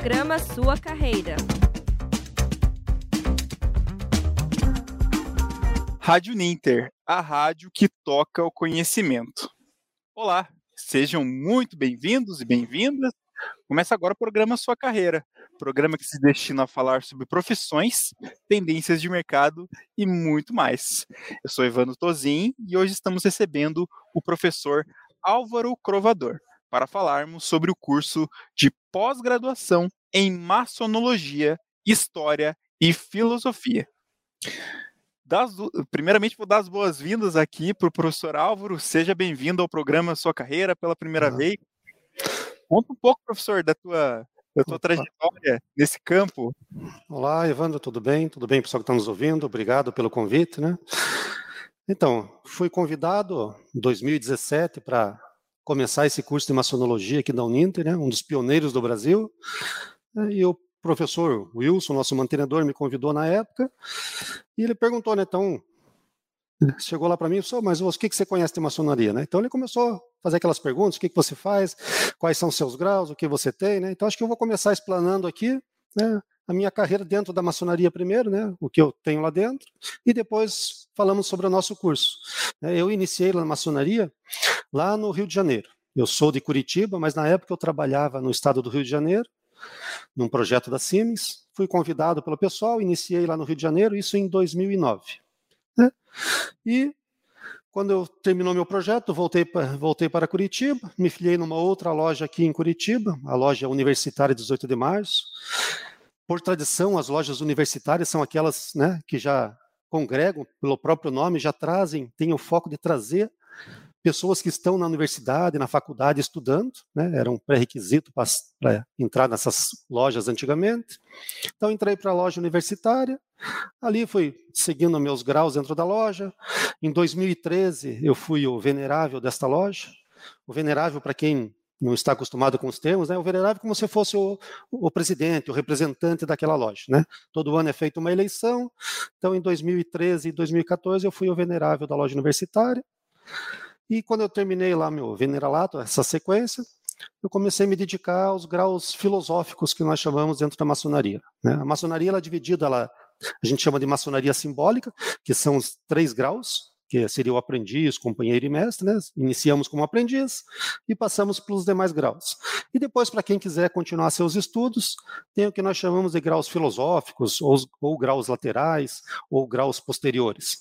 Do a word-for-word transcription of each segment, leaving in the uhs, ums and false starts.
Programa Sua Carreira. Rádio Ninter, a rádio que toca o conhecimento. Olá, sejam muito bem-vindos e bem-vindas. Começa agora o programa Sua Carreira, programa que se destina a falar sobre profissões, tendências de mercado e muito mais. Eu sou Evandro Tozin e hoje estamos recebendo o professor Álvaro Crovador para falarmos sobre o curso de pós-graduação em Maçonologia, História e Filosofia. Das, primeiramente, vou dar as boas-vindas aqui para o professor Álvaro. Seja bem-vindo ao programa Sua Carreira pela primeira ah. vez. Conta um pouco, professor, da tua, da tua trajetória nesse campo. Olá, Evandro, tudo bem? Tudo bem, pessoal que está nos ouvindo? Obrigado pelo convite, né? Então, fui convidado em dois mil e dezessete para começar esse curso de maçonologia aqui da Uninter, né? Um dos pioneiros do Brasil. E o professor Wilson, nosso mantenedor, me convidou na época e ele perguntou, né, então, chegou lá para mim e falou, mas o que, que você conhece de maçonaria, né? Então ele começou a fazer aquelas perguntas, o que, que você faz, quais são os seus graus, o que você tem, né? Então acho que eu vou começar explanando aqui, né, a minha carreira dentro da maçonaria primeiro, né, o que eu tenho lá dentro, e depois falamos sobre o nosso curso. Eu iniciei na maçonaria lá no Rio de Janeiro. Eu sou de Curitiba, mas na época eu trabalhava no estado do Rio de Janeiro, num projeto da Siemens, fui convidado pelo pessoal, iniciei lá no Rio de Janeiro, isso em dois mil e nove. Né? E quando eu terminou meu projeto, voltei, pra, voltei para Curitiba, me filiei numa outra loja aqui em Curitiba, a loja Universitária dezoito de março. Por tradição, as lojas universitárias são aquelas, né, que já congregam, pelo próprio nome, já trazem, têm o foco de trazer pessoas que estão na universidade, na faculdade estudando, né, era um pré-requisito para entrar nessas lojas antigamente. Então entrei para a loja universitária, ali fui seguindo meus graus dentro da loja. Em dois mil e treze eu fui o venerável desta loja. O venerável, para quem não está acostumado com os termos, né, o venerável é como se fosse o, o presidente, o representante daquela loja. Né? Todo ano é feita uma eleição, então em dois mil e treze e dois mil e quatorze eu fui o venerável da loja universitária. E quando eu terminei lá meu veneralato, essa sequência, eu comecei a me dedicar aos graus filosóficos que nós chamamos dentro da maçonaria. Né? A maçonaria ela é dividida, ela, a gente chama de maçonaria simbólica, que são os três graus, que seria o aprendiz, companheiro e mestre. Né? Iniciamos como aprendiz e passamos pelos demais graus. E depois, para quem quiser continuar seus estudos, tem o que nós chamamos de graus filosóficos, ou, ou graus laterais, ou graus posteriores.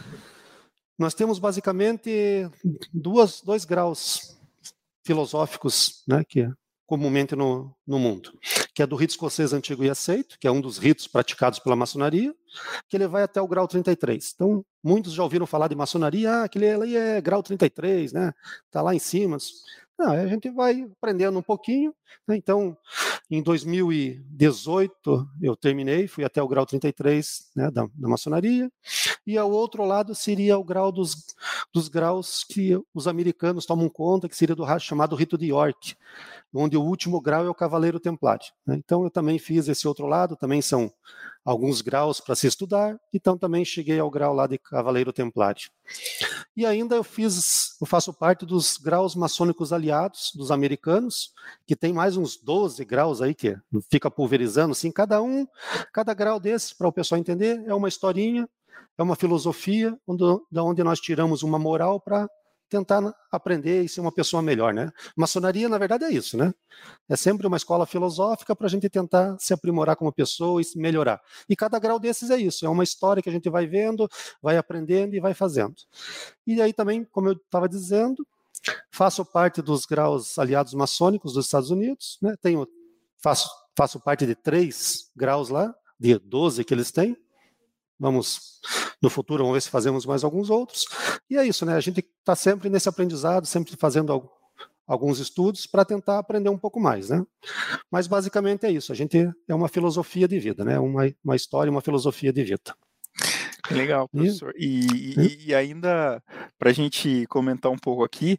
Nós temos basicamente duas, dois graus filosóficos, né, que é comumente no, no mundo, que é do rito escocês antigo e aceito, que é um dos ritos praticados pela maçonaria, que ele vai até o grau trinta e três. Então, muitos já ouviram falar de maçonaria, ah, aquele ali é grau trinta e três, né, tá lá em cima. Não, a gente vai aprendendo um pouquinho, né? Então, em dois mil e dezoito eu terminei, fui até o grau trinta e três, né, da, da maçonaria, e ao outro lado seria o grau dos, dos graus que os americanos tomam conta, que seria do chamado rito de York, onde o último grau é o cavaleiro templário. Né? Então eu também fiz esse outro lado, também são alguns graus para se estudar, então também cheguei ao grau lá de cavaleiro templário. E ainda eu fiz, eu faço parte dos graus maçônicos aliados dos americanos, que tem mais uns doze graus aí que fica pulverizando, assim, cada um, cada grau desses, para o pessoal entender, é uma historinha, é uma filosofia, onde, da onde nós tiramos uma moral para tentar aprender e ser uma pessoa melhor, né? Maçonaria, na verdade, é isso, né? É sempre uma escola filosófica para a gente tentar se aprimorar como pessoa e se melhorar. E cada grau desses é isso, é uma história que a gente vai vendo, vai aprendendo e vai fazendo. E aí também, como eu estava dizendo, faço parte dos graus aliados maçônicos dos Estados Unidos, né? Tenho, faço, faço parte de três graus lá, de doze que eles têm. Vamos, no futuro, vamos ver se fazemos mais alguns outros. E é isso, né? A gente está sempre nesse aprendizado, sempre fazendo alguns estudos para tentar aprender um pouco mais, né? Mas basicamente é isso. A gente é uma filosofia de vida, né? Uma, uma história, uma filosofia de vida. Legal, professor. E, e, e ainda, para a gente comentar um pouco aqui,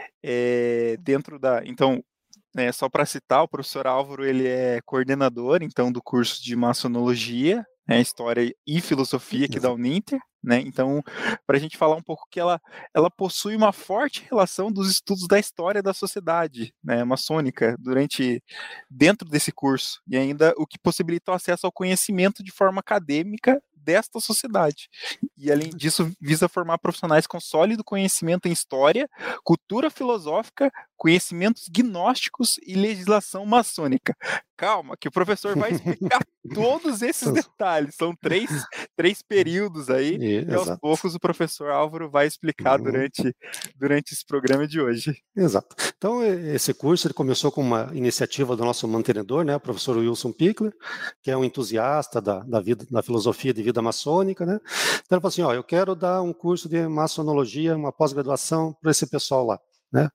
é, dentro da... Então, é, só para citar, o professor Álvaro, ele é coordenador, então, do curso de maçonologia, É, História e Filosofia aqui da Uninter, né? Então, para a gente falar um pouco que ela, ela possui uma forte relação dos estudos da história da sociedade, né, maçônica, durante, dentro desse curso, e ainda o que possibilita o acesso ao conhecimento de forma acadêmica desta sociedade. E, além disso, visa formar profissionais com sólido conhecimento em história, cultura filosófica, conhecimentos gnósticos e legislação maçônica. Calma, que o professor vai explicar todos esses detalhes. São três, três períodos aí, e, e aos exato. poucos o professor Álvaro vai explicar uhum. durante, durante esse programa de hoje. Exato. Então, esse curso ele começou com uma iniciativa do nosso mantenedor, né, o professor Wilson Pickler, que é um entusiasta da, da, vida, da filosofia de vida maçônica, né? Então, ele falou assim, ó, eu quero dar um curso de maçonologia, uma pós-graduação para esse pessoal lá, né?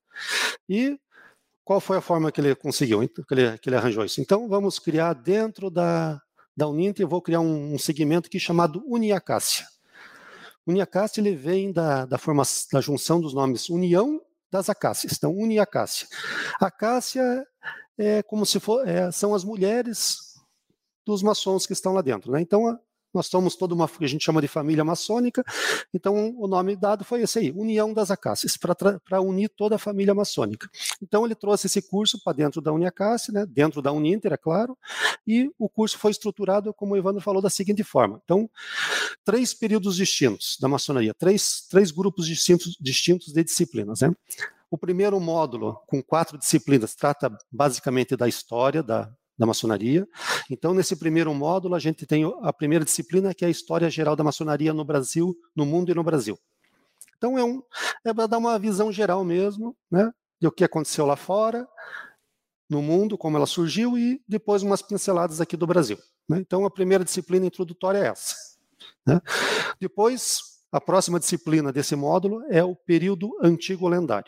E qual foi a forma que ele conseguiu, que ele, que ele arranjou isso? Então, vamos criar dentro da, da Uninter, eu vou criar um, um segmento aqui chamado Uniacácia. Uniacácia, ele vem da, da, formação, da junção dos nomes União das Acácias. Então, Uniacácia. Acácia é como se for, é, são as mulheres dos maçons que estão lá dentro, né? Então, a, nós somos toda uma, que a gente chama de família maçônica, então o nome dado foi esse aí, União das Acácias, para unir toda a família maçônica. Então ele trouxe esse curso para dentro da Uniacácia, né, dentro da Uninter, é claro, e o curso foi estruturado, como o Evandro falou, da seguinte forma. Então, três períodos distintos da maçonaria, três, três grupos distintos, distintos de disciplinas, né? O primeiro módulo, com quatro disciplinas, trata basicamente da história da da maçonaria. Então, nesse primeiro módulo, a gente tem a primeira disciplina, que é a história geral da maçonaria no Brasil, no mundo e no Brasil. Então, é, um, é para dar uma visão geral mesmo, né, de o que aconteceu lá fora, no mundo, como ela surgiu, e depois umas pinceladas aqui do Brasil, né? Então, a primeira disciplina introdutória é essa, né? Depois, a próxima disciplina desse módulo é o período antigo lendário.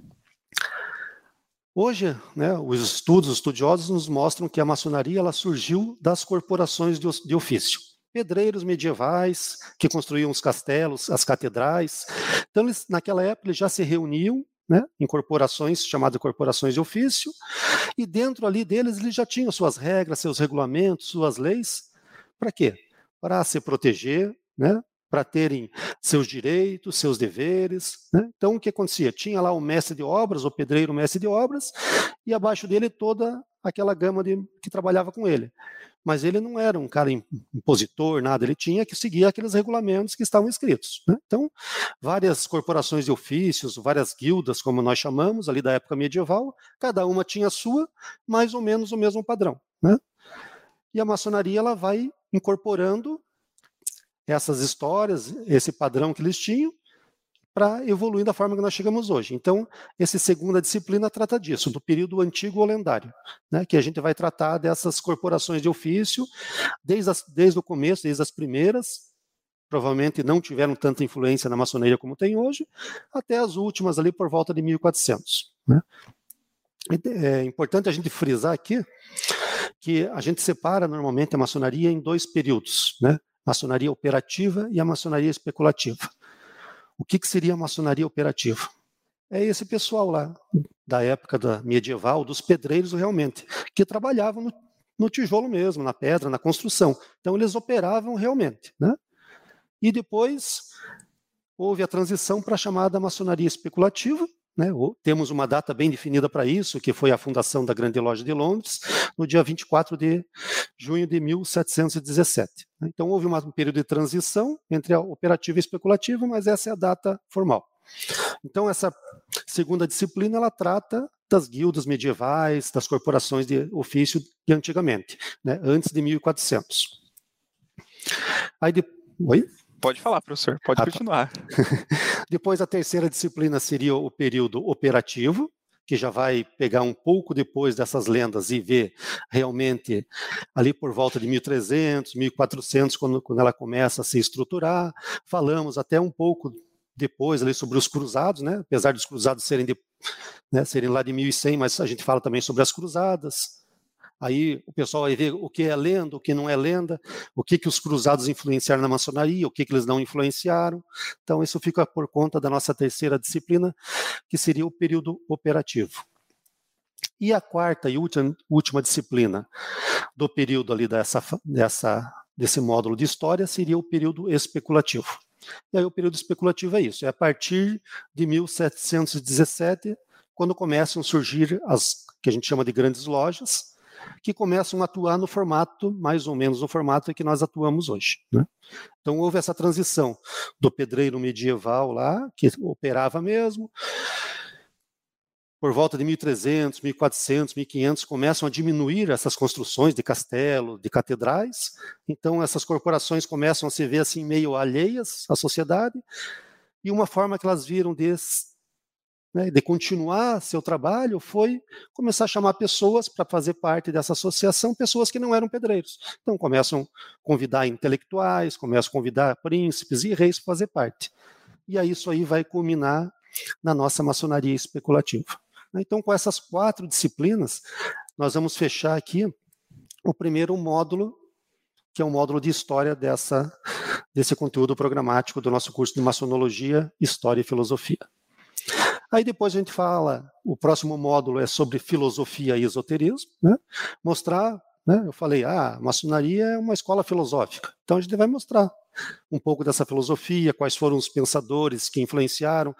Hoje, né, os estudos, os estudiosos nos mostram que a maçonaria ela surgiu das corporações de, de ofício. Pedreiros medievais que construíam os castelos, as catedrais. Então, eles, naquela época, eles já se reuniam, né, em corporações chamadas corporações de ofício, e dentro ali deles eles já tinham suas regras, seus regulamentos, suas leis. Para quê? Para se proteger, né, para terem seus direitos, seus deveres, né? Então, o que acontecia? Tinha lá o mestre de obras, o pedreiro mestre de obras, e abaixo dele toda aquela gama de, que trabalhava com ele. Mas ele não era um cara impositor, nada, ele tinha que seguir aqueles regulamentos que estavam escritos, né? Então, várias corporações de ofícios, várias guildas, como nós chamamos, ali da época medieval, cada uma tinha a sua, mais ou menos o mesmo padrão, né? E a maçonaria ela vai incorporando essas histórias, esse padrão que eles tinham, para evoluir da forma que nós chegamos hoje. Então, essa segunda disciplina trata disso, do período antigo ou lendário, né, que a gente vai tratar dessas corporações de ofício, desde, as, desde o começo, desde as primeiras, provavelmente não tiveram tanta influência na maçonaria como tem hoje, até as últimas ali por volta de mil e quatrocentos. Né. É importante a gente frisar aqui que a gente separa normalmente a maçonaria em dois períodos, né? Maçonaria operativa e a maçonaria especulativa. O que, que seria a maçonaria operativa? É esse pessoal lá, da época da medieval, dos pedreiros realmente, que trabalhavam no, no tijolo mesmo, na pedra, na construção. Então eles operavam realmente, né? E depois houve a transição para a chamada maçonaria especulativa, né? Temos uma data bem definida para isso, que foi a fundação da Grande Loja de Londres, no dia vinte e quatro de junho de mil setecentos e dezessete. Então, houve uma, um período de transição entre a operativa e a especulativa, mas essa é a data formal. Então, essa segunda disciplina, ela trata das guildas medievais, das corporações de ofício de antigamente, né? Antes de mil e quatrocentos. Aí, de... Oi? Pode falar, professor, pode ah, continuar. Tá. Depois, a terceira disciplina seria o período operativo, que já vai pegar um pouco depois dessas lendas e ver realmente ali por volta de mil e trezentos, mil e quatrocentos, quando, quando ela começa a se estruturar. Falamos até um pouco depois ali sobre os cruzados, né? Apesar dos cruzados serem, de, né, serem lá de mil e cem, mas a gente fala também sobre as cruzadas. Aí o pessoal vai ver o que é lenda, o que não é lenda, o que, que os cruzados influenciaram na maçonaria, o que, que eles não influenciaram. Então, isso fica por conta da nossa terceira disciplina, que seria o período operativo. E a quarta e última, última disciplina do período ali dessa, dessa, desse módulo de história seria o período especulativo. E aí o período especulativo é isso, é a partir de mil setecentos e dezessete, quando começam a surgir as que a gente chama de grandes lojas, que começam a atuar no formato, mais ou menos no formato que nós atuamos hoje, né? Então houve essa transição do pedreiro medieval lá, que operava mesmo. Por volta de mil e trezentos, mil e quatrocentos, mil e quinhentos, começam a diminuir essas construções de castelo, de catedrais. Então essas corporações começam a se ver assim meio alheias à sociedade, e uma forma que elas viram de, né, de continuar seu trabalho foi começar a chamar pessoas para fazer parte dessa associação, pessoas que não eram pedreiros. Então começam a convidar intelectuais, começam a convidar príncipes e reis para fazer parte. E aí isso aí vai culminar na nossa maçonaria especulativa. Então, com essas quatro disciplinas, nós vamos fechar aqui o primeiro módulo, que é o módulo de história dessa, desse conteúdo programático do nosso curso de maçonologia, história e filosofia. Aí depois a gente fala, o próximo módulo é sobre filosofia e esoterismo, né? Mostrar, né? Eu falei, ah, a maçonaria é uma escola filosófica, então a gente vai mostrar um pouco dessa filosofia, quais foram os pensadores que influenciaram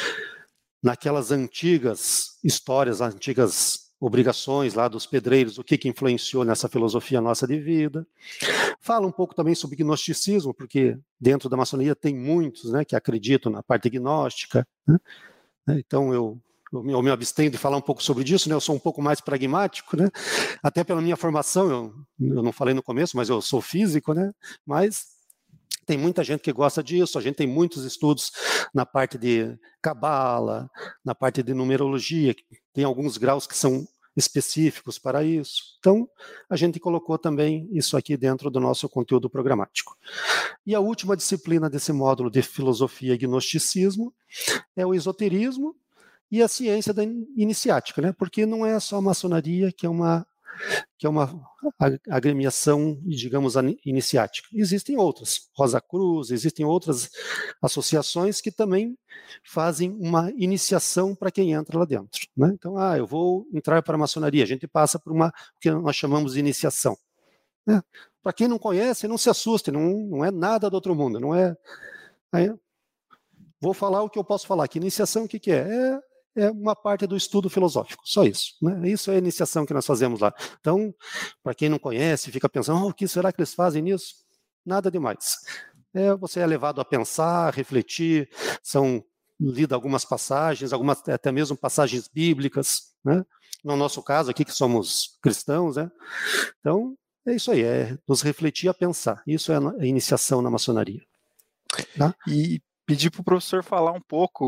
naquelas antigas histórias, antigas obrigações lá dos pedreiros, o que, que influenciou nessa filosofia nossa de vida. Fala um pouco também sobre gnosticismo, porque dentro da maçonaria tem muitos, né, que acreditam na parte gnóstica, né? Então eu, eu, me, eu me abstenho de falar um pouco sobre isso, né? Eu sou um pouco mais pragmático, né? Até pela minha formação, eu, eu não falei no começo, mas eu sou físico, né? Mas tem muita gente que gosta disso, a gente tem muitos estudos na parte de cabala, na parte de numerologia, tem alguns graus que são específicos para isso. Então, a gente colocou também isso aqui dentro do nosso conteúdo programático. E a última disciplina desse módulo de filosofia e gnosticismo é o esoterismo e a ciência da iniciática, né? Porque não é só a maçonaria que é uma que é uma agremiação, digamos, iniciática. Existem outras, Rosa Cruz, existem outras associações que também fazem uma iniciação para quem entra lá dentro, né? Então, ah, eu vou entrar para a maçonaria, a gente passa por uma, o que nós chamamos de iniciação, né? Para quem não conhece, não se assuste, não, não é nada do outro mundo, não é... Aí, vou falar o que eu posso falar, que iniciação o que, que é? É É uma parte do estudo filosófico, só isso, né? Isso é a iniciação que nós fazemos lá. Então, para quem não conhece, fica pensando, oh, o que será que eles fazem nisso? Nada demais. É, você é levado a pensar, a refletir, são lidas algumas passagens, algumas até mesmo passagens bíblicas, né? No nosso caso aqui, que somos cristãos, né? Então, é isso aí, é nos refletir a pensar. Isso é a iniciação na maçonaria. Tá? E pedir para o professor falar um pouco...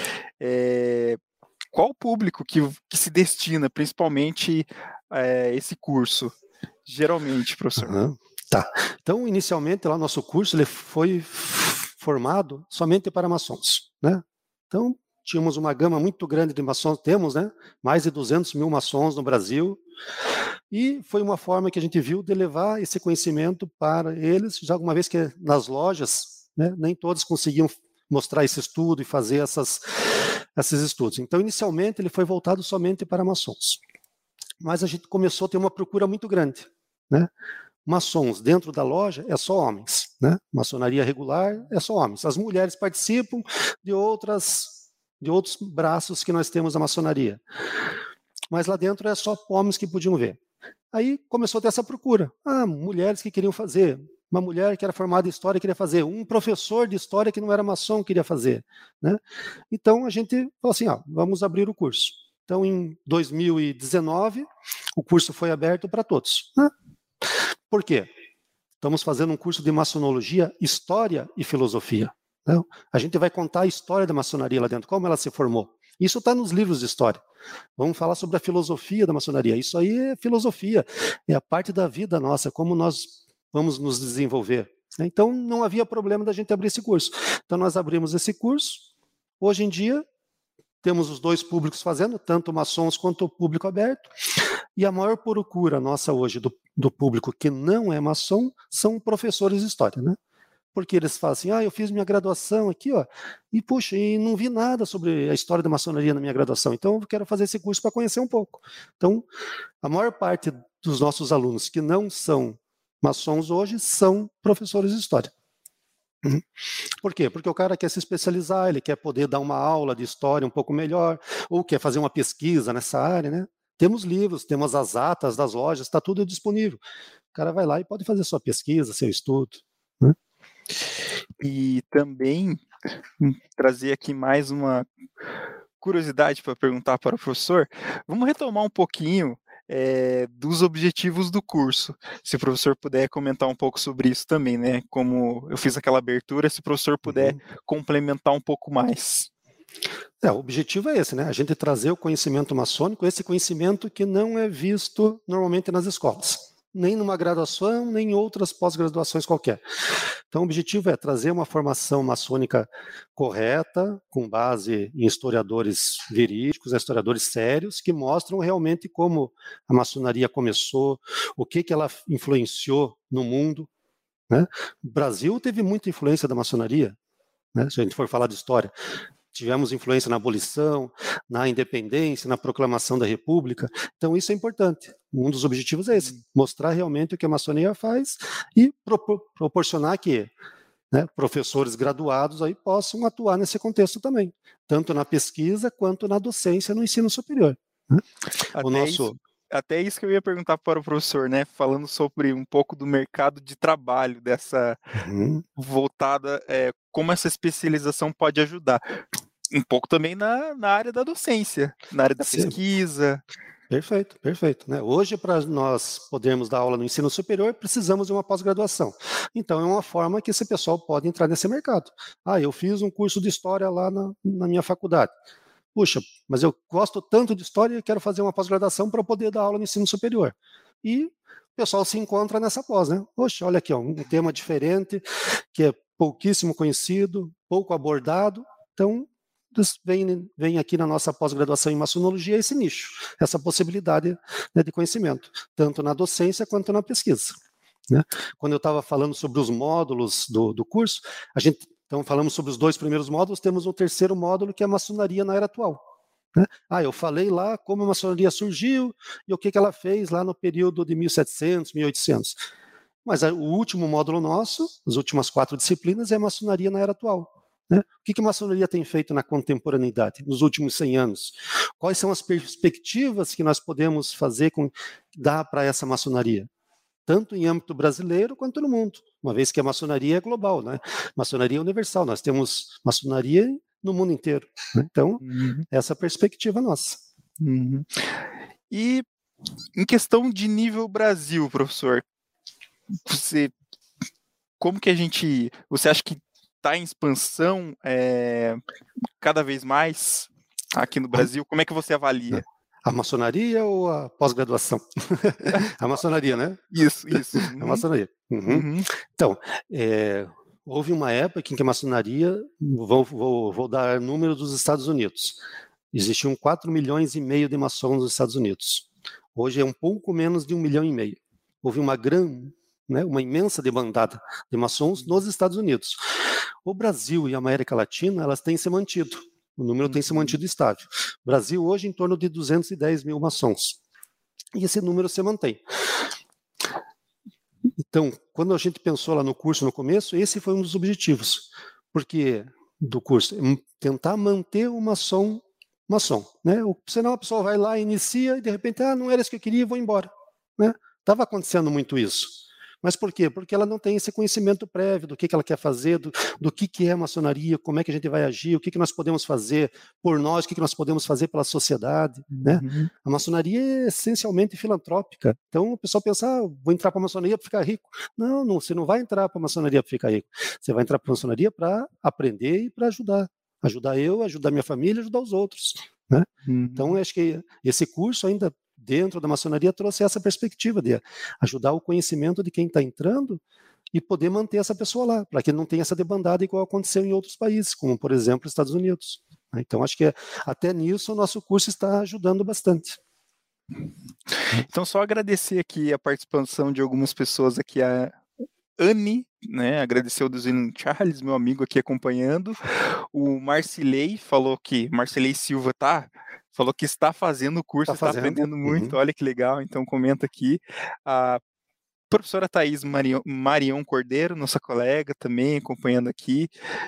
É... Qual o público que, que se destina, principalmente, é, esse curso? Geralmente, professor. Uhum, tá. Então, inicialmente, lá nosso curso ele foi formado somente para maçons, né? Então, tínhamos uma gama muito grande de maçons, temos, né? Mais de duzentos mil maçons no Brasil, e foi uma forma que a gente viu de levar esse conhecimento para eles, já alguma vez que nas lojas, né, nem todos conseguiam mostrar esse estudo e fazer essas, esses estudos. Então, inicialmente, ele foi voltado somente para maçons. Mas a gente começou a ter uma procura muito grande, né? Maçons dentro da loja é só homens, né? Maçonaria regular é só homens. As mulheres participam de outras, de outros braços que nós temos da maçonaria. Mas lá dentro é só homens que podiam ver. Aí começou a ter essa procura. Ah, mulheres que queriam fazer. Uma mulher que era formada em história queria fazer, um professor de história que não era maçom queria fazer, né? Então a gente falou assim, ó, vamos abrir o curso. Então em dois mil e dezenove o curso foi aberto para todos, né? Por quê? Estamos fazendo um curso de maçonologia, história e filosofia. Então, a gente vai contar a história da maçonaria lá dentro, como ela se formou. Isso está nos livros de história. Vamos falar sobre a filosofia da maçonaria. Isso aí é filosofia, é a parte da vida nossa, como nós vamos nos desenvolver. Então, não havia problema da gente abrir esse curso. Então, nós abrimos esse curso. Hoje em dia, temos os dois públicos fazendo, tanto maçons quanto o público aberto. E a maior procura nossa hoje do, do público que não é maçom são professores de história, né? Porque eles falam assim, ah, eu fiz minha graduação aqui, ó, e puxa, e não vi nada sobre a história da maçonaria na minha graduação, então eu quero fazer esse curso para conhecer um pouco. Então, a maior parte dos nossos alunos que não são maçons hoje são professores de história. Uhum. Por quê? Porque o cara quer se especializar, ele quer poder dar uma aula de história um pouco melhor, ou quer fazer uma pesquisa nessa área, né? Temos livros, temos as atas das lojas, está tudo disponível. O cara vai lá e pode fazer sua pesquisa, seu estudo, né? E também trazer aqui mais uma curiosidade para perguntar para o professor. Vamos retomar um pouquinho é, dos objetivos do curso. Se o professor puder comentar um pouco sobre isso também, né? Como eu fiz aquela abertura, se o professor puder uhum. complementar um pouco mais. É, o objetivo é esse, né? A gente trazer o conhecimento maçônico, esse conhecimento que não é visto normalmente nas escolas, nem numa graduação, nem em outras pós-graduações qualquer. Então, o objetivo é trazer uma formação maçônica correta, com base em historiadores verídicos, historiadores sérios, que mostram realmente como a maçonaria começou, o que, que ela influenciou no mundo, né? O Brasil teve muita influência da maçonaria, né? Se a gente for falar de história. Tivemos influência na abolição, na independência, na proclamação da República. Então, isso é importante. Um dos objetivos é esse, mostrar realmente o que a maçonaria faz e propor, proporcionar que, né, professores graduados aí possam atuar nesse contexto também, tanto na pesquisa quanto na docência no ensino superior. Né? Até, o nosso... isso, até isso que eu ia perguntar para o professor, né? Falando sobre um pouco do mercado de trabalho, dessa uhum. voltada, é, como essa especialização pode ajudar. Um pouco também na, na área da docência, na área da Sim. pesquisa. Perfeito, perfeito. Né? Hoje, para nós podermos dar aula no ensino superior, precisamos de uma pós-graduação. Então, é uma forma que esse pessoal pode entrar nesse mercado. Ah, eu fiz um curso de história lá na, na minha faculdade. Puxa, mas eu gosto tanto de história e quero fazer uma pós-graduação para poder dar aula no ensino superior. E o pessoal se encontra nessa pós, né? Poxa, olha aqui, ó, um tema diferente, que é pouquíssimo conhecido, pouco abordado. Então, Vem, vem aqui na nossa pós-graduação em maçonologia esse nicho, essa possibilidade, né, de conhecimento, tanto na docência quanto na pesquisa. Né? Quando eu estava falando sobre os módulos do, do curso, a gente, então falamos sobre os dois primeiros módulos, temos um terceiro módulo que é a maçonaria na era atual. Né? Ah, eu falei lá como a maçonaria surgiu e o que, que ela fez lá no período de mil e setecentos, mil e oitocentos. Mas o último módulo nosso, as últimas quatro disciplinas, é a maçonaria na era atual. Né? O que a maçonaria tem feito na contemporaneidade, nos últimos cem anos? Quais são as perspectivas que nós podemos fazer, com, dar para essa maçonaria? Tanto em âmbito brasileiro quanto no mundo, uma vez que a maçonaria é global, né? Maçonaria é universal, nós temos maçonaria no mundo inteiro. Né? Então, uhum. essa é a perspectiva nossa. Uhum. E em questão de nível Brasil, professor, você, como que a gente, você acha que está em expansão é, cada vez mais aqui no Brasil? Como é que você avalia? A maçonaria ou a pós-graduação? A maçonaria, né? Isso, isso. Uhum. A maçonaria. Uhum. Uhum. Então, é, houve uma época em que a maçonaria, vou, vou, vou dar número dos Estados Unidos, existiam quatro milhões e meio de maçons nos Estados Unidos. Hoje é um pouco menos de um milhão e meio. Houve uma grande, né, uma imensa demandada de maçons nos Estados Unidos. O Brasil e a América Latina, elas têm se mantido. O número tem se mantido estável. O Brasil hoje em torno de duzentos e dez mil maçons. E esse número se mantém. Então, quando a gente pensou lá no curso no começo, esse foi um dos objetivos. Porque do curso, tentar manter o maçom maçom. Né? Senão a pessoa vai lá, inicia e de repente, ah, não era isso que eu queria, vou embora. Estava né? acontecendo muito isso. Mas por quê? Porque ela não tem esse conhecimento prévio do que, que ela quer fazer, do, do que, que é a maçonaria, como é que a gente vai agir, o que, que nós podemos fazer por nós, o que, que nós podemos fazer pela sociedade. Uhum. Né? A maçonaria é essencialmente filantrópica. Então o pessoal pensa, ah, vou entrar para a maçonaria para ficar rico. Não, não, você não vai entrar para a maçonaria para ficar rico. Você vai entrar para a maçonaria para aprender e para ajudar. Ajudar eu, ajudar minha família, ajudar os outros. Né? Uhum. Então acho que esse curso ainda dentro da maçonaria trouxe essa perspectiva de ajudar o conhecimento de quem está entrando e poder manter essa pessoa lá, para que não tenha essa debandada igual aconteceu em outros países, como por exemplo os Estados Unidos. Então acho que até nisso o nosso curso está ajudando bastante. Então só agradecer aqui a participação de algumas pessoas aqui, a Anne, né, agradecer o Duzino Charles, meu amigo aqui acompanhando, o Marcilei falou que, Marcilei Silva, tá? Falou que está fazendo o curso, tá está aprendendo muito, uhum. Olha que legal, então comenta aqui. A professora Thaís Marion, Marion Cordeiro, nossa colega também acompanhando aqui,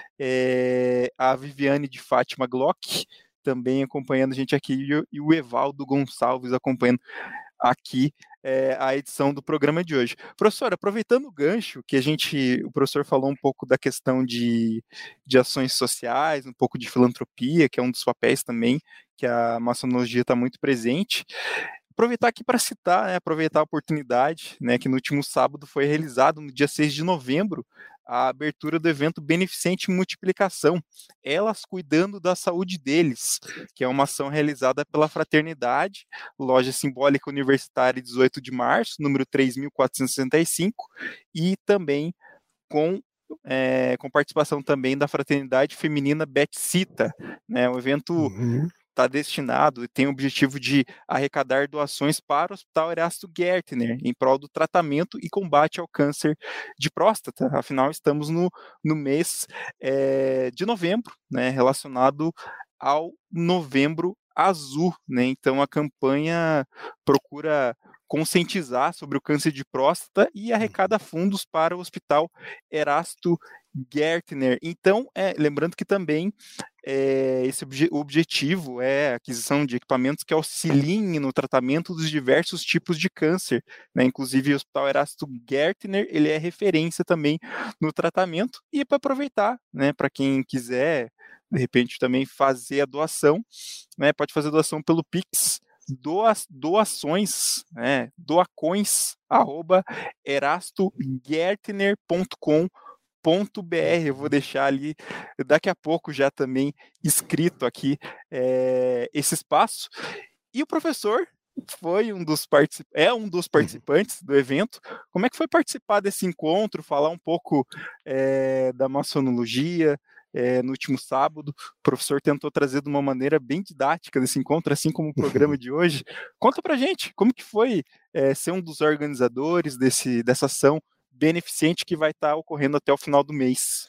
é, a Viviane de Fátima Glock, também acompanhando a gente aqui, e o Evaldo Gonçalves acompanhando aqui é, a edição do programa de hoje. Professor, aproveitando o gancho que a gente, o professor falou um pouco da questão de, de ações sociais, um pouco de filantropia, que é um dos papéis também que a maçonologia está muito presente. Aproveitar aqui para citar, né, aproveitar a oportunidade, né, que no último sábado foi realizado, no dia seis de novembro, a abertura do evento Beneficente Multiplicação, Elas Cuidando da Saúde Deles, que é uma ação realizada pela Fraternidade, Loja Simbólica Universitária, dezoito de março, número três mil quatrocentos e sessenta e cinco, e também com É, com participação também da Fraternidade Feminina Betsita, né, um evento Uhum. está destinado e tem o objetivo de arrecadar doações para o Hospital Erasto Gärtner, em prol do tratamento e combate ao câncer de próstata. Afinal, estamos no, no mês é, de novembro, né, relacionado ao Novembro Azul, né? Então a campanha procura conscientizar sobre o câncer de próstata e arrecada fundos para o Hospital Erasto Gärtner. Então, é, lembrando que também é, esse obje objetivo é a aquisição de equipamentos que auxiliem no tratamento dos diversos tipos de câncer, né? Inclusive o Hospital Erasto Gärtner, ele é referência também no tratamento. E para aproveitar, né, para quem quiser de repente também fazer a doação, né, pode fazer a doação pelo Pix, doa, doações, né, doacões, arroba erastogärtner ponto com ponto br. Eu vou deixar ali daqui a pouco já também escrito aqui é, esse espaço. E o professor foi um dos particip... é um dos participantes do evento. Como é que foi participar desse encontro, falar um pouco é, da maçonologia? É, no último sábado, o professor tentou trazer de uma maneira bem didática desse encontro, assim como o programa de hoje. Conta pra gente, como que foi é, ser um dos organizadores desse, dessa ação beneficente que vai estar ocorrendo até o final do mês?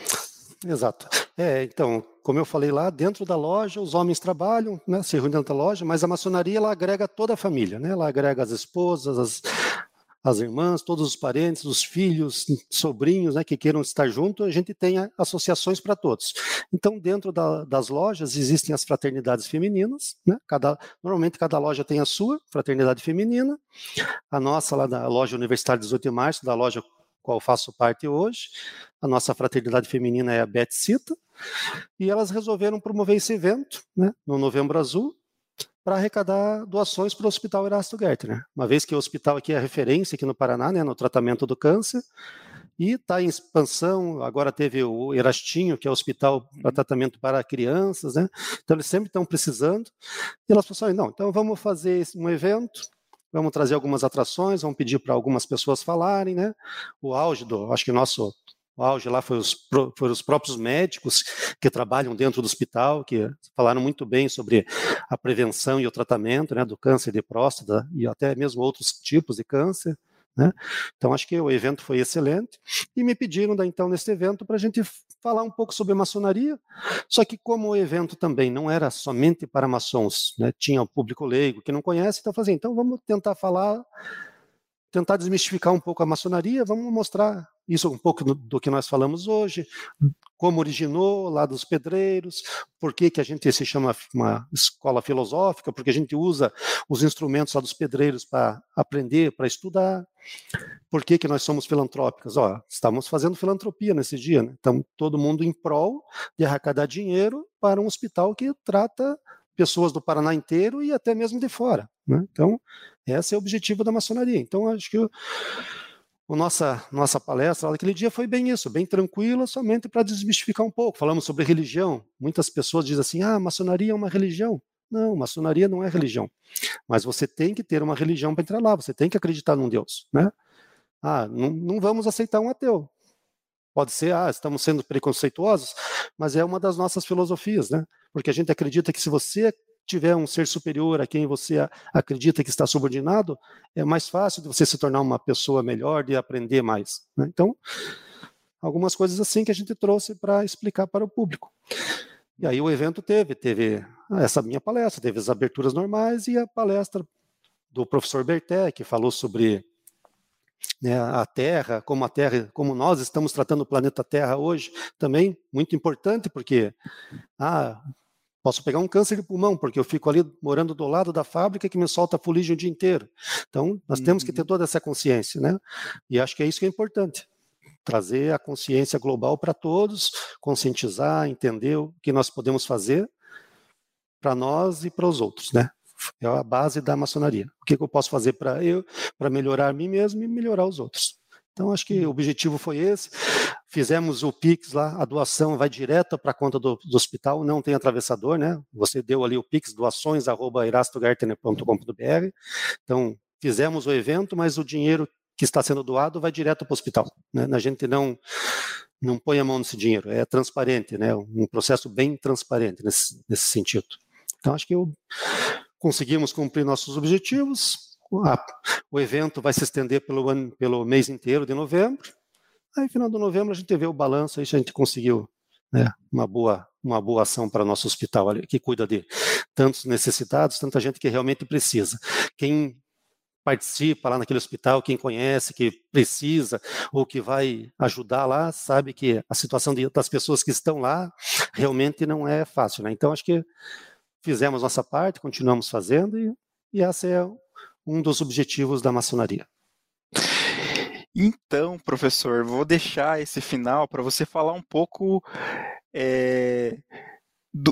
Exato. É, então, como eu falei lá, dentro da loja, os homens trabalham, né, se reúnem dentro da loja, mas a maçonaria, ela agrega toda a família, né? Ela agrega as esposas, as, as irmãs, todos os parentes, os filhos, sobrinhos, né, que queiram estar junto. A gente tem associações para todos. Então, dentro da, das lojas, existem as fraternidades femininas, né? Cada, normalmente, cada loja tem a sua fraternidade feminina. A nossa, lá da loja Universitária dezoito de março, da loja qual faço parte hoje, a nossa fraternidade feminina é a Betsita, e elas resolveram promover esse evento, né, no Novembro Azul, para arrecadar doações para o Hospital Erasto Gärtner, uma vez que o hospital aqui é referência aqui no Paraná, né, no tratamento do câncer, e está em expansão. Agora teve o Erastinho, que é o hospital para tratamento para crianças, né, então eles sempre estão precisando, e elas falaram, não, então vamos fazer um evento, vamos trazer algumas atrações, vamos pedir para algumas pessoas falarem, né? O auge do, acho que nosso, o auge lá foi os, foram os próprios médicos que trabalham dentro do hospital, que falaram muito bem sobre a prevenção e o tratamento, né, do câncer de próstata e até mesmo outros tipos de câncer, né? Então acho que o evento foi excelente e me pediram daí, então nesse evento para a gente falar um pouco sobre maçonaria, só que como o evento também não era somente para maçons, né, tinha o público leigo que não conhece, então eu falei assim, então vamos tentar falar, tentar desmistificar um pouco a maçonaria, vamos mostrar isso um pouco do, do que nós falamos hoje, como originou lá dos pedreiros, por que, que a gente se chama uma escola filosófica, porque a gente usa os instrumentos lá dos pedreiros para aprender, para estudar, por que, que nós somos filantrópicas? Ó, estamos fazendo filantropia nesse dia, né? Então, todo mundo em prol de arrecadar dinheiro para um hospital que trata pessoas do Paraná inteiro e até mesmo de fora, né? Então, esse é o objetivo da maçonaria. Então, acho que o, o nossa, nossa palestra aquele dia foi bem isso, bem tranquila, somente para desmistificar um pouco. Falamos sobre religião. Muitas pessoas dizem assim, ah, a maçonaria é uma religião. Não, maçonaria não é religião. Mas você tem que ter uma religião para entrar lá, você tem que acreditar num Deus, né? Ah, não, não vamos aceitar um ateu. Pode ser, ah, estamos sendo preconceituosos, mas é uma das nossas filosofias, né? Porque a gente acredita que se você tiver um ser superior a quem você acredita que está subordinado, é mais fácil de você se tornar uma pessoa melhor, de aprender mais, né? Então, algumas coisas assim que a gente trouxe para explicar para o público. E aí o evento teve, teve essa minha palestra, teve as aberturas normais e a palestra do professor Berté, que falou sobre né, a Terra, como a Terra, como nós estamos tratando o planeta Terra hoje, também muito importante, porque ah, posso pegar um câncer de pulmão, porque eu fico ali morando do lado da fábrica que me solta fuligem o dia inteiro. Então, nós uhum. temos que ter toda essa consciência, né? E acho que é isso que é importante. Trazer a consciência global para todos, conscientizar, entender o que nós podemos fazer para nós e para os outros, né? É a base da maçonaria. O que eu posso fazer para eu, para melhorar a mim mesmo e melhorar os outros. Então, acho que o objetivo foi esse. Fizemos o Pix lá, a doação vai direto para a conta do, do hospital, não tem atravessador, né? Você deu ali o Pix, doações, arroba erastogartner ponto com ponto br. Então, fizemos o evento, mas o dinheiro que está sendo doado vai direto para o hospital, né? A gente não, não põe a mão nesse dinheiro, é transparente, né? Um processo bem transparente nesse, nesse sentido. Então, acho que eu, conseguimos cumprir nossos objetivos. Ah, o evento vai se estender pelo, ano, pelo mês inteiro de novembro. Aí, final de novembro, a gente vê o balanço, aí a gente conseguiu, né, uma, boa, uma boa ação para o nosso hospital, ali, que cuida de tantos necessitados, tanta gente que realmente precisa. Quem participa lá naquele hospital, quem conhece, que precisa, ou que vai ajudar lá, sabe que a situação de, das pessoas que estão lá realmente não é fácil, né? Então, acho que fizemos nossa parte, continuamos fazendo, e, e esse é um dos objetivos da maçonaria. Então, professor, vou deixar esse final para você falar um pouco é, do,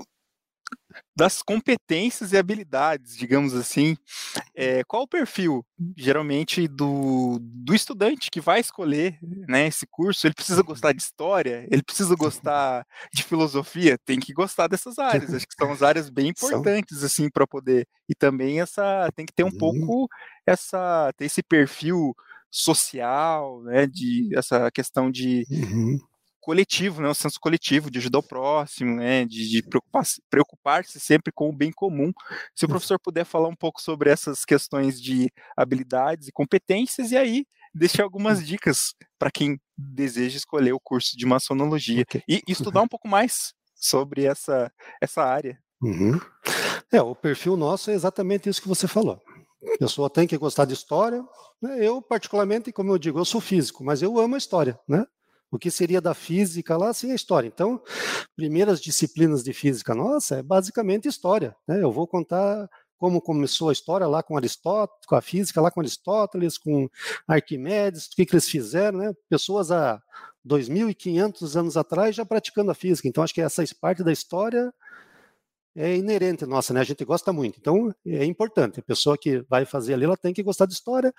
das competências e habilidades, digamos assim. É, qual o perfil, geralmente, do, do estudante que vai escolher, né, esse curso? Ele precisa gostar de história? Ele precisa gostar de filosofia? Tem que gostar dessas áreas. Acho que são as áreas bem importantes, assim, para poder... E também essa tem que ter um uhum. pouco essa, ter esse perfil social, né, de essa questão de uhum. coletivo, né, o senso coletivo, de ajudar o próximo, né, de, de preocupar-se, preocupar-se sempre com o bem comum. Se o professor puder falar um pouco sobre essas questões de habilidades e competências, e aí deixar algumas dicas para quem deseja escolher o curso de maçonologia okay. e, e estudar um pouco mais sobre essa, essa área. Uhum. É, o perfil nosso é exatamente isso que você falou. A pessoa tem que gostar de história. Eu, particularmente, como eu digo, eu sou físico, mas eu amo a história, né? O que seria da física lá sem a história? Então, primeiras disciplinas de física nossa é basicamente história, né? Eu vou contar como começou a história lá com Aristóteles, com a física lá com Aristóteles, com Arquimedes, o que, que eles fizeram, né? Pessoas há dois mil e quinhentos anos atrás já praticando a física. Então, acho que essa parte da história é inerente nossa, né? A gente gosta muito. Então, é importante. A pessoa que vai fazer ali, ela tem que gostar de história.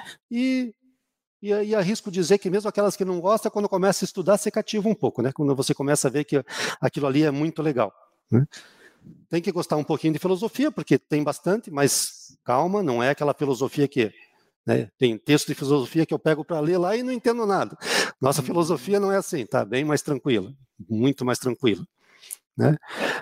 E, e, e arrisco dizer que mesmo aquelas que não gostam, quando começa a estudar, se cativa um pouco, né? Quando você começa a ver que aquilo ali é muito legal, né? Tem que gostar um pouquinho de filosofia, porque tem bastante, mas calma, não é aquela filosofia que... Né, tem texto de filosofia que eu pego para ler lá e não entendo nada. Nossa filosofia não é assim, tá bem mais tranquila, muito mais tranquila, né?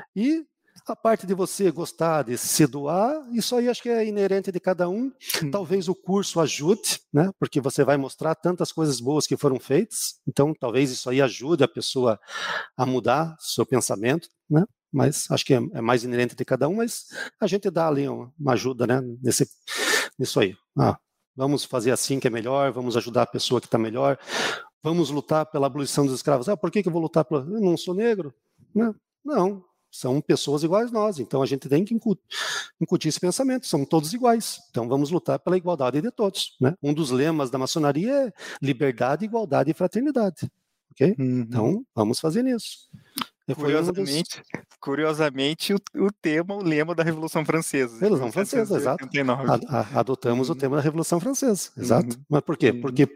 E a parte de você gostar de se doar, isso aí acho que é inerente de cada um. Hum. Talvez o curso ajude, né? Porque você vai mostrar tantas coisas boas que foram feitas. Então, talvez isso aí ajude a pessoa a mudar seu pensamento, né? Mas acho que é, é mais inerente de cada um, mas a gente dá ali uma, uma ajuda, né? Nesse, nisso aí. Ah, vamos fazer assim que é melhor, vamos ajudar a pessoa que está melhor, vamos lutar pela abolição dos escravos. Ah, por que, que eu vou lutar? Pela... Eu não sou negro? Não. Não. São pessoas iguais a nós, então a gente tem que incutir esse pensamento, são todos iguais, então vamos lutar pela igualdade de todos, né? Um dos lemas da maçonaria é liberdade, igualdade e fraternidade, ok? Uhum. Então vamos fazer isso. Curiosamente, um dos... curiosamente o, o tema, o lema da Revolução Francesa. Revolução Francesa, exato. A, a, adotamos uhum. o tema da Revolução Francesa, exato. Uhum. Mas por quê? Uhum. Porque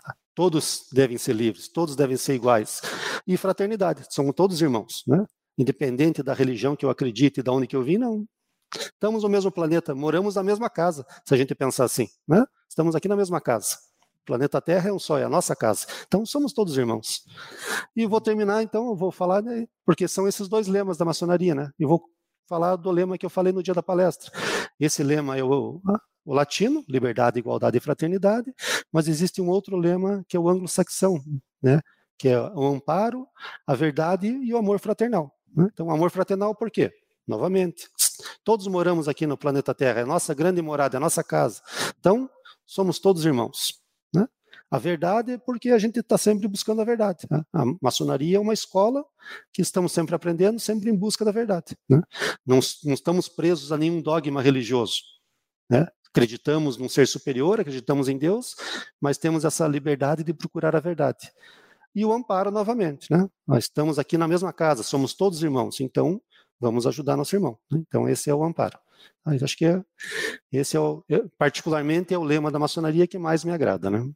todos devem ser livres, todos devem ser iguais. E fraternidade, somos todos irmãos, né? Independente da religião que eu acredite e de onde que eu vim, não. Estamos no mesmo planeta, moramos na mesma casa, se a gente pensar assim, né? Estamos aqui na mesma casa. O planeta Terra é um só, é a nossa casa. Então, somos todos irmãos. E vou terminar, então, eu vou falar, né, porque são esses dois lemas da maçonaria, né? E vou falar do lema que eu falei no dia da palestra. Esse lema é o, o latino, liberdade, igualdade e fraternidade, mas existe um outro lema que é o anglo-saxão, né? Que é o amparo, a verdade e o amor fraternal. Então, amor fraternal por quê? Novamente, todos moramos aqui no planeta Terra, é a nossa grande morada, é a nossa casa. Então, somos todos irmãos, né? a verdade porque a gente está sempre buscando a verdade. Né? A maçonaria é uma escola que estamos sempre aprendendo, sempre em busca da verdade. Né? Não, não estamos presos a nenhum dogma religioso. Né? Acreditamos num ser superior, acreditamos em Deus, mas temos essa liberdade de procurar a verdade. E o amparo novamente. Né? Nós estamos aqui na mesma casa, somos todos irmãos, então vamos ajudar nosso irmão. Né? Então esse é o amparo. Mas acho que é, esse é o, particularmente é o lema da maçonaria que mais me agrada, né?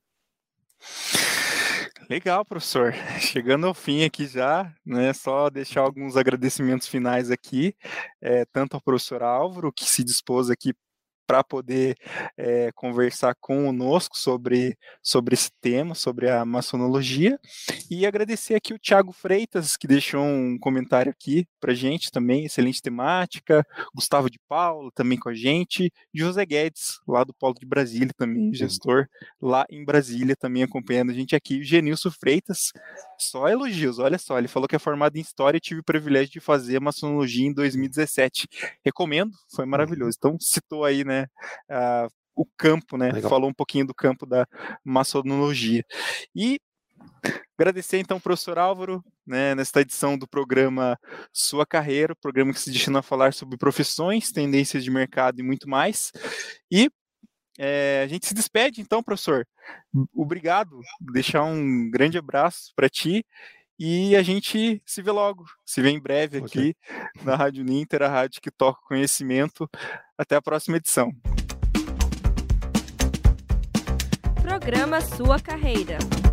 Legal, professor. Chegando ao fim aqui já, né? Só deixar alguns agradecimentos finais aqui, é, tanto ao professor Álvaro, que se dispôs aqui para poder é, conversar conosco sobre, sobre esse tema, sobre a maçonologia, e agradecer aqui o Thiago Freitas, que deixou um comentário aqui para a gente também, excelente temática, Gustavo de Paula também com a gente, e José Guedes, lá do Polo de Brasília também, gestor lá em Brasília, também acompanhando a gente aqui, o Genilson Freitas, só elogios, olha só, ele falou que é formado em História e tive o privilégio de fazer a maçonologia em dois mil e dezessete, recomendo, foi maravilhoso, então citou aí, né, Uh, o campo, né? Legal. Falou um pouquinho do campo da maçonologia. E agradecer então ao professor Álvaro, né, nesta edição do programa Sua Carreira, programa que se destina a falar sobre profissões, tendências de mercado e muito mais. E é, a gente se despede então, professor. Obrigado, deixar um grande abraço para ti. E a gente se vê logo, se vê em breve aqui okay. na Rádio Ninter, a rádio que toca conhecimento. Até a próxima edição. Programa Sua Carreira.